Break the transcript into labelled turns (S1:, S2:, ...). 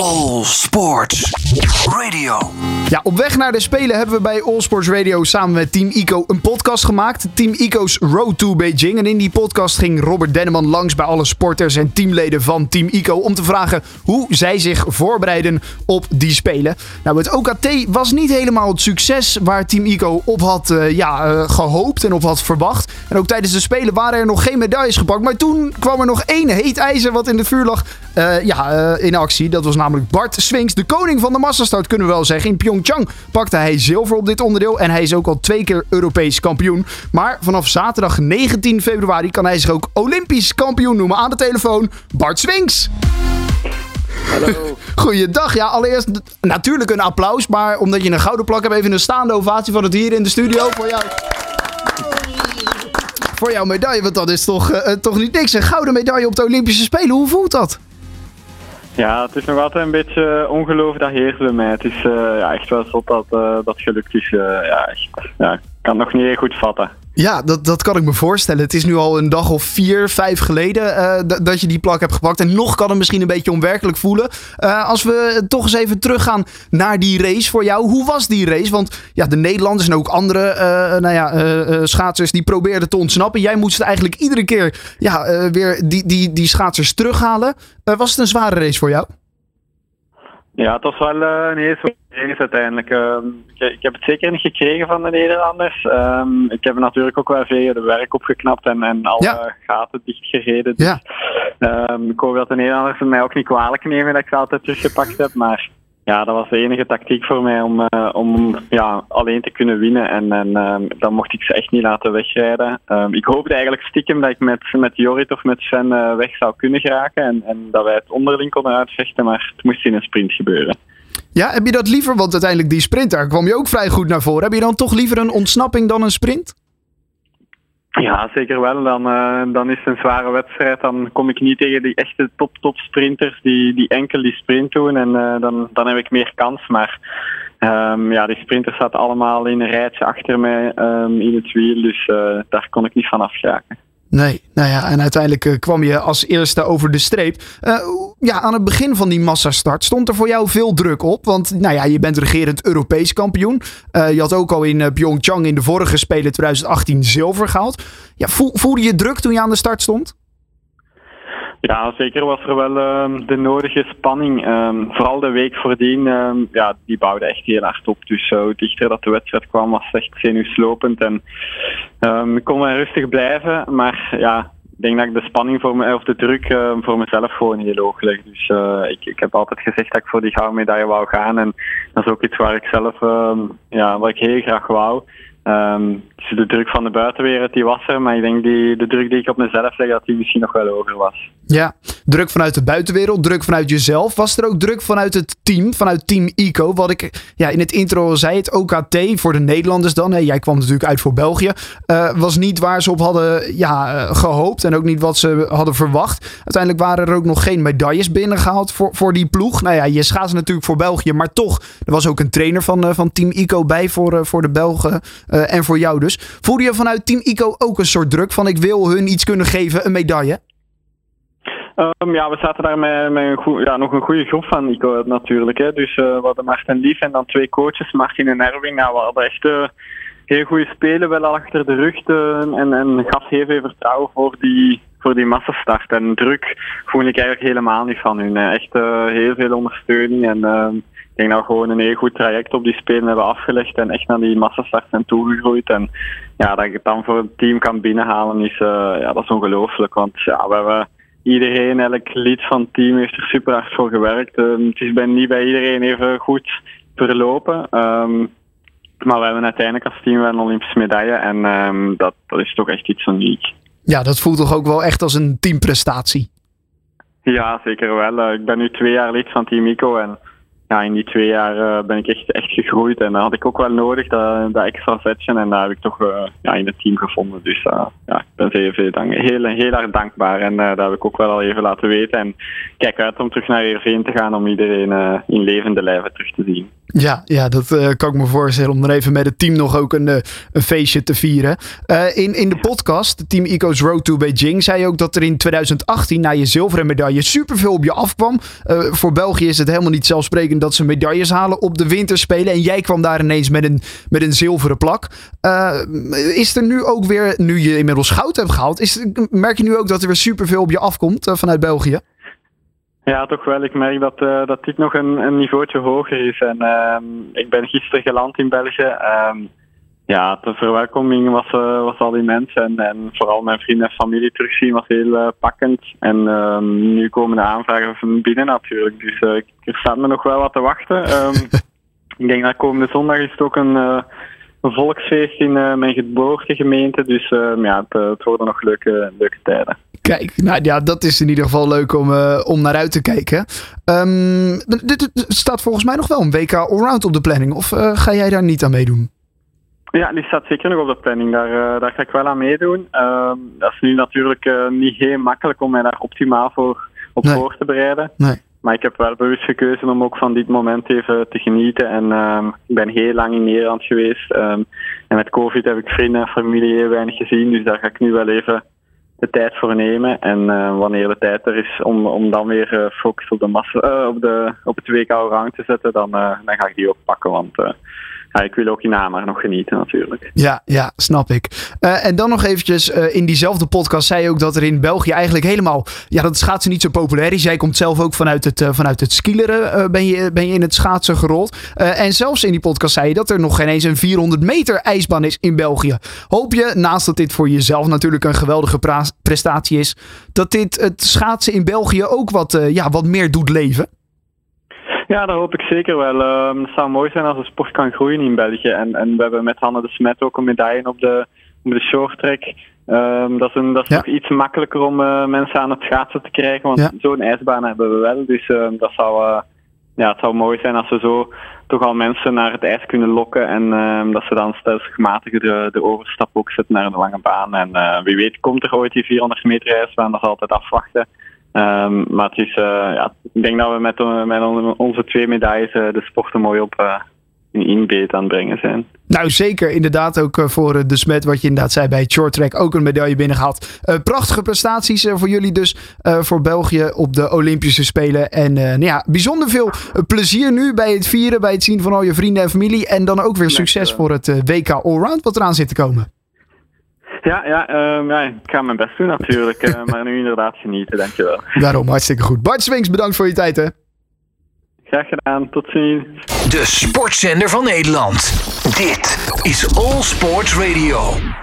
S1: All Sports Radio.
S2: Ja, op weg naar de Spelen hebben we bij All Sports Radio samen met Team ICO een podcast gemaakt. Team ICO's Road to Beijing. En in die podcast ging Robert Denneman langs bij alle sporters en teamleden van Team ICO om te vragen hoe zij zich voorbereiden op die Spelen. Nou, het OKT was niet helemaal het succes waar Team ICO op had gehoopt en op had verwacht. En ook tijdens de Spelen waren er nog geen medailles gepakt. Maar toen kwam er nog één heet ijzer wat in het vuur lag in actie. Dat was namelijk Bart Swings, de koning van de massastart kunnen we wel zeggen. In Pyeongchang pakte hij zilver op dit onderdeel en hij is ook al 2 keer Europees kampioen. Maar vanaf zaterdag 19 februari kan hij zich ook Olympisch kampioen noemen. Aan de telefoon, Bart Swings.
S3: Hallo.
S2: Goeiedag. Ja, allereerst natuurlijk een applaus, maar omdat je een gouden plak hebt, even een staande ovatie van het hier in de studio voor jou. Voor jouw medaille, want dat is toch niet niks. Een gouden medaille op de Olympische Spelen, hoe voelt dat?
S3: Ja, het is nog altijd een beetje ongeloof dat heerst bij mij. Het is echt wel zot dat gelukt is. Ik kan het nog niet heel goed vatten.
S2: Ja, dat kan ik me voorstellen. Het is nu al een dag of 4, 5 geleden dat je die plak hebt gepakt. En nog kan het misschien een beetje onwerkelijk voelen. Als we toch eens even teruggaan naar die race voor jou. Hoe was die race? Want ja, de Nederlanders en ook andere schaatsers die probeerden te ontsnappen. Jij moest eigenlijk iedere keer weer die schaatsers terughalen. Was het een zware race voor jou?
S3: Ja, het was wel een heel zware race uiteindelijk. Ik heb het zeker niet gekregen van de Nederlanders. Ik heb natuurlijk ook wel veel de werk opgeknapt en alle gaten dichtgereden. Dus, ik hoop dat de Nederlanders het mij ook niet kwalijk nemen dat ik ze altijd teruggepakt heb. Maar ja, dat was de enige tactiek voor mij om alleen te kunnen winnen. En dan mocht ik ze echt niet laten wegrijden. Ik hoopte eigenlijk stiekem dat ik met Jorrit of met Sven weg zou kunnen geraken. En dat wij het onderling konden uitvechten, maar het moest in een sprint gebeuren.
S2: Ja, heb je dat liever? Want uiteindelijk die sprint, daar kwam je ook vrij goed naar voren. Heb je dan toch liever een ontsnapping dan een sprint? Ja,
S3: zeker wel. Dan is het een zware wedstrijd. Dan kom ik niet tegen die echte top sprinters die enkel die sprint doen. En dan heb ik meer kans. Maar die sprinters zaten allemaal in een rijtje achter mij in het wiel. Dus daar kon ik niet van afgeraken.
S2: Nee, en uiteindelijk kwam je als eerste over de streep. Aan het begin van die massastart stond er voor jou veel druk op. Want je bent regerend Europees kampioen. Je had ook al in Pyeongchang in de vorige Spelen 2018 zilver gehaald. Ja, voelde je druk toen je aan de start stond?
S3: Ja, zeker was er wel de nodige spanning. Vooral de week voordien, die bouwde echt heel hard op. Dus hoe dichter dat de wedstrijd kwam, was het echt zenuwslopend. En ik kon wel rustig blijven, maar ik denk dat ik de spanning of de druk voor mezelf gewoon heel hoog leg. Dus ik heb altijd gezegd dat ik voor die gouden medaille wou gaan. En dat is ook iets waar ik zelf wat ik heel graag wou. Dus de druk van de buitenwereld die was er, maar ik denk de druk die ik op mezelf leg, dat die misschien nog wel hoger was. Ja,
S2: druk vanuit de buitenwereld, druk vanuit jezelf. Was er ook druk vanuit het team, vanuit Team ICO? Wat ik in het intro al zei, het OKT voor de Nederlanders dan. Jij kwam natuurlijk uit voor België. Was niet waar ze op hadden gehoopt en ook niet wat ze hadden verwacht. Uiteindelijk waren er ook nog geen medailles binnengehaald voor die ploeg. Je schaatst natuurlijk voor België, maar toch, er was ook een trainer van Team ICO bij voor de Belgen en voor jou dus. Voelde je vanuit Team ICO ook een soort druk van ik wil hun iets kunnen geven, een medaille?
S3: We zaten daar met nog een goede groep van ICO natuurlijk. Hè. Dus we hadden Martin Lief en dan 2 coaches, Martin en Erwin. We hadden echt heel goede spelen wel al achter de rug en gaf heel veel vertrouwen voor die massastart. En druk voel ik eigenlijk helemaal niet van hun. Echt heel veel ondersteuning en ik denk dat we gewoon een heel goed traject op die Spelen hebben afgelegd en echt naar die massastart zijn toegegroeid. En dat ik het dan voor het team kan binnenhalen is, dat is ongelooflijk. Want we hebben iedereen, elk lid van het team heeft er super hard voor gewerkt. Het is niet bij iedereen even goed verlopen. Maar we hebben uiteindelijk als team wel een Olympische medaille en dat is toch echt iets uniek.
S2: Ja, dat voelt toch ook wel echt als een teamprestatie?
S3: Ja, zeker wel. Ik ben nu 2 jaar lid van Team ICO en in die 2 jaar ben ik echt gegroeid en dat had ik ook wel nodig, dat extra zetje en daar heb ik toch in het team gevonden. Dus ik ben heel erg dankbaar en dat heb ik ook wel al even laten weten en kijk uit om terug naar Heerenveen te gaan om iedereen in levende lijven terug te zien.
S2: Ja, dat kan ik me voorstellen. Om dan even met het team nog ook een feestje te vieren. In de podcast, Team Ico's Road to Beijing, zei je ook dat er in 2018 na je zilveren medaille superveel op je afkwam. Voor België is het helemaal niet zelfsprekend dat ze medailles halen op de winterspelen. En jij kwam daar ineens met een zilveren plak. Is er nu ook weer, nu je inmiddels goud hebt gehaald, merk je nu ook dat er weer superveel op je afkomt vanuit België?
S3: Ja, toch wel. Ik merk dat dit nog een niveautje hoger is. En ik ben gisteren geland in België. De verwelkoming was al immens. En vooral mijn vrienden en familie terugzien was heel pakkend. En nu komen de aanvragen van binnen natuurlijk. Dus er staat me nog wel wat te wachten. Ik denk dat komende zondag is het ook een volksfeest in mijn geboortegemeente. Dus het worden nog leuke tijden.
S2: Kijk, nou ja, dat is in ieder geval leuk om naar uit te kijken. Dit staat volgens mij nog wel een WK Allround op de planning. Of ga jij daar niet aan meedoen?
S3: Ja, die staat zeker nog op de planning. Daar ga ik wel aan meedoen. Dat is nu natuurlijk niet heel makkelijk om mij daar optimaal voor te bereiden. Nee. Maar ik heb wel bewust gekozen om ook van dit moment even te genieten. En ik ben heel lang in Nederland geweest. En met COVID heb ik vrienden en familie heel weinig gezien. Dus daar ga ik nu wel even de tijd voor nemen. En wanneer de tijd er is om dan weer focus op het WK Allround te zetten, dan ga ik die ook pakken. Want ik wil ook in Hamar nog genieten natuurlijk.
S2: Ja, snap ik. En dan nog eventjes, in diezelfde podcast zei je ook dat er in België eigenlijk helemaal, dat schaatsen niet zo populair is. Jij komt zelf ook vanuit het skileren, ben je in het schaatsen gerold. En zelfs in die podcast zei je dat er nog geen eens een 400 meter ijsbaan is in België. Hoop je, naast dat dit voor jezelf natuurlijk een geweldige prestatie is, dat dit het schaatsen in België ook wat meer doet leven?
S3: Ja, dat hoop ik zeker wel. Het zou mooi zijn als de sport kan groeien in België. En we hebben met Hanne de Smet ook een medaille op de short track. Dat is nog iets makkelijker om mensen aan het schaatsen te krijgen. Want zo'n ijsbaan hebben we wel. Dus het zou mooi zijn als we zo toch al mensen naar het ijs kunnen lokken. En dat ze dan stelselmatig de overstap ook zetten naar de lange baan. En wie weet komt er ooit die 400 meter ijsbaan. Dat is altijd afwachten. Maar het is, ik denk dat we met onze 2 medailles de sporten mooi op in beet aan het brengen zijn.
S2: Nou zeker, inderdaad ook voor de Smet, wat je inderdaad zei bij het short track, ook een medaille binnengehaald. Prachtige prestaties voor jullie dus, voor België op de Olympische Spelen. En bijzonder veel plezier nu bij het vieren, bij het zien van al je vrienden en familie. En dan ook weer succes voor het WK Allround wat eraan zit te komen.
S3: Ik ga mijn best doen natuurlijk, maar nu inderdaad genieten, dankjewel.
S2: Daarom, hartstikke goed. Bart Swings, bedankt voor je tijd hè.
S3: Graag gedaan, tot ziens.
S1: De sportzender van Nederland. Dit is All Sports Radio.